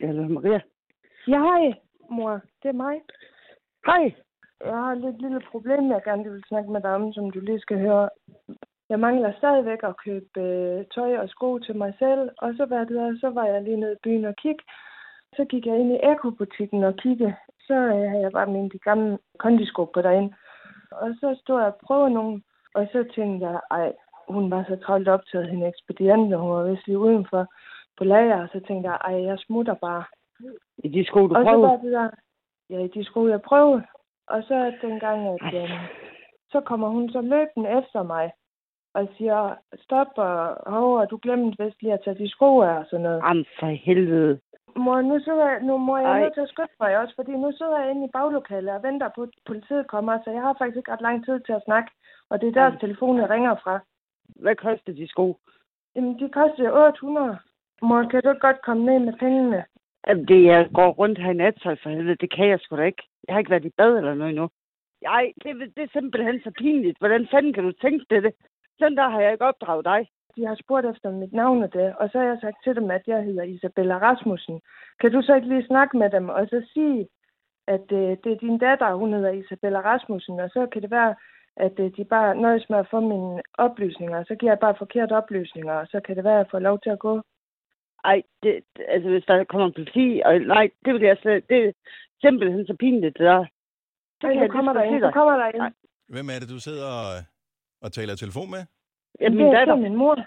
Eller Maria. Ja, hej, mor. Det er mig. Hej. Jeg har et lille problem, jeg gerne vil snakke med dig om, som du lige skal høre. Jeg mangler stadigvæk at købe tøj og sko til mig selv. Og så var jeg lige nede i byen og kigge. Så gik jeg ind i Eko-butikken og kiggede. Så havde jeg bare de gamle kondisko på derinde. Og så stod jeg og prøvede nogle. Og så tænkte jeg, hun var så travlt optaget, hende ekspedienten, og hun var vist lige udenfor på lager. Og så tænkte jeg, jeg smutter bare. I de sko, du prøvede? Og så var det der, i de sko, jeg prøvede. Og så dengang, at så kommer hun så løbende efter mig. Og siger, stop, og du glemte vist lige at tage de sko af og sådan noget. Jamen for helvede. Mor, nu må jeg nødt til at skynde mig også, fordi nu sidder jeg inde i baglokalet og venter på, at politiet kommer, så jeg har faktisk ikke ret lang tid til at snakke. Og det er deres telefon, jeg ringer fra. Hvad koster de sko? Jamen, de koster 800. Mor, kan du godt komme ned med pengene? Jamen, jeg går rundt her i nattøj for helvede. Det kan jeg sgu da ikke. Jeg har ikke været i bad eller noget endnu. Ej, det er simpelthen så pinligt. Hvordan fanden kan du tænke det? Sådan der har jeg ikke opdraget dig. De har spurgt efter mit navn og det, og så har jeg sagt til dem, at jeg hedder Isabella Rasmussen. Kan du så ikke lige snakke med dem og så sige, at det er din datter, hun hedder Isabella Rasmussen, og så kan det være, at de bare nøjes med at få mine oplysninger, så giver jeg bare forkerte oplysninger, og så kan det være, at jeg får lov til at gå. Ej, altså hvis der kommer en politi, og nej, det vil jeg slet, det er simpelthen så pinligt, det der. Nu kommer der ind. Hvem er det, du sidder og taler telefon med? Ja, min det datter. er min mor.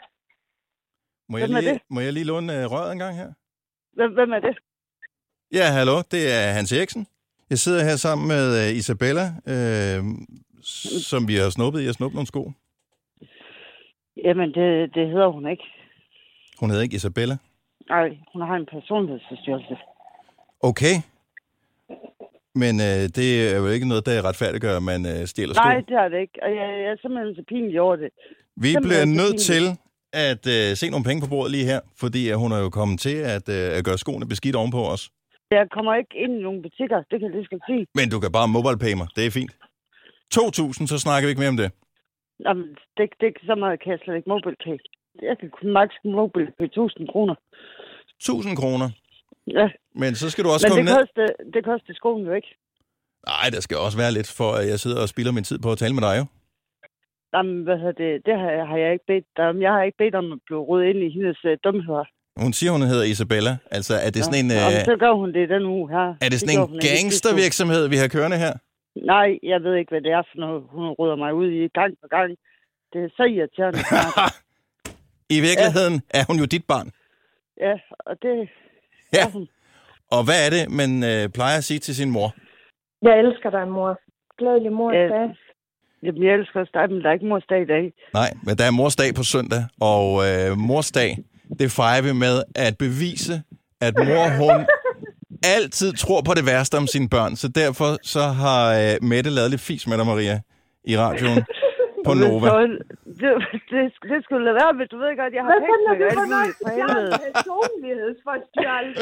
Må jeg lige låne røret en gang her? Hvem er det? Ja, hallo, det er Hans Eriksen. Jeg sidder her sammen med Isabella, som vi har snuppet. Jeg har snuppet nogle sko. Jamen, det hedder hun ikke. Hun hedder ikke Isabella? Nej, hun har en personlighedsforstyrrelse. Okay. Men det er jo ikke noget, der retfærdiggør, at man stjæler sko. Nej, det er det ikke. Og jeg er simpelthen så pinlig over det. Vi bliver nødt til at se nogle penge på bordet lige her, fordi hun er jo kommet til at gøre skoene beskidt ovenpå os. Jeg kommer ikke ind i nogle butikker, det kan jeg lige skal sige. Men du kan bare mobile-pay mig, det er fint. 2.000, så snakker vi ikke mere om det. Jamen, så meget kan jeg slet ikke mobile-pay. Jeg kan kun maks mobile-pay 1.000 kroner. 1.000 kroner? Ja. Men så skal du også komme ned. Det koster skolen jo ikke. Nej, der skal også være lidt for, at jeg sidder og spilder min tid på at tale med dig jo. Jamen, det har jeg ikke bedt om. Jeg har ikke bedt om at blive rodet ind i hendes dumheder. Hun siger, hun hedder Isabella. Altså, er det sådan en... så gør hun det den uge her. Er det sådan en gangstervirksomhed, vi har kørende her? Nej, jeg ved ikke, hvad det er for noget. Hun råder mig ud i gang på gang. Det er så irriterende. I virkeligheden er hun jo dit barn. Ja, og det... Ja. Og hvad er det, man plejer at sige til sin mor? Jeg elsker dig, mor. Glædelig morsdag. Jamen, jeg elsker også dig, men der er ikke morsdag i dag. Nej, men der er morsdag på søndag, og morsdag, det fejrer vi med at bevise, at mor, hun altid tror på det værste om sine børn. Så derfor så har Mette lavet lidt fis med dig, Maria, i radioen på Nova. Det skulle lade være, men du ved godt, jeg har pænt med alt muligt for helvede. Personlighedsforstyrrelse.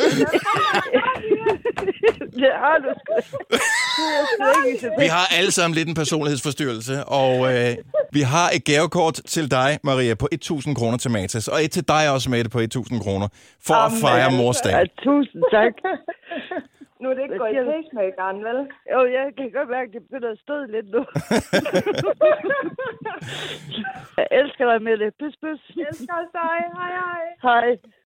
Det har du sgu. Vi har alle sammen lidt en personlighedsforstyrrelse, og vi har et gavekort til dig, Maria, på 1.000 kroner til Matas, og et til dig også, Mette, på 1.000 kroner, for at fejre morsdag. Ja, tusind tak. Nu er det ikke gået i pacemakeren, vel? Jo, jeg kan godt mærke, at det begynder at støde lidt nu. Jeg elsker dig, Mette. Pys, pys. Jeg elsker også dig. Hej, hej. Hej.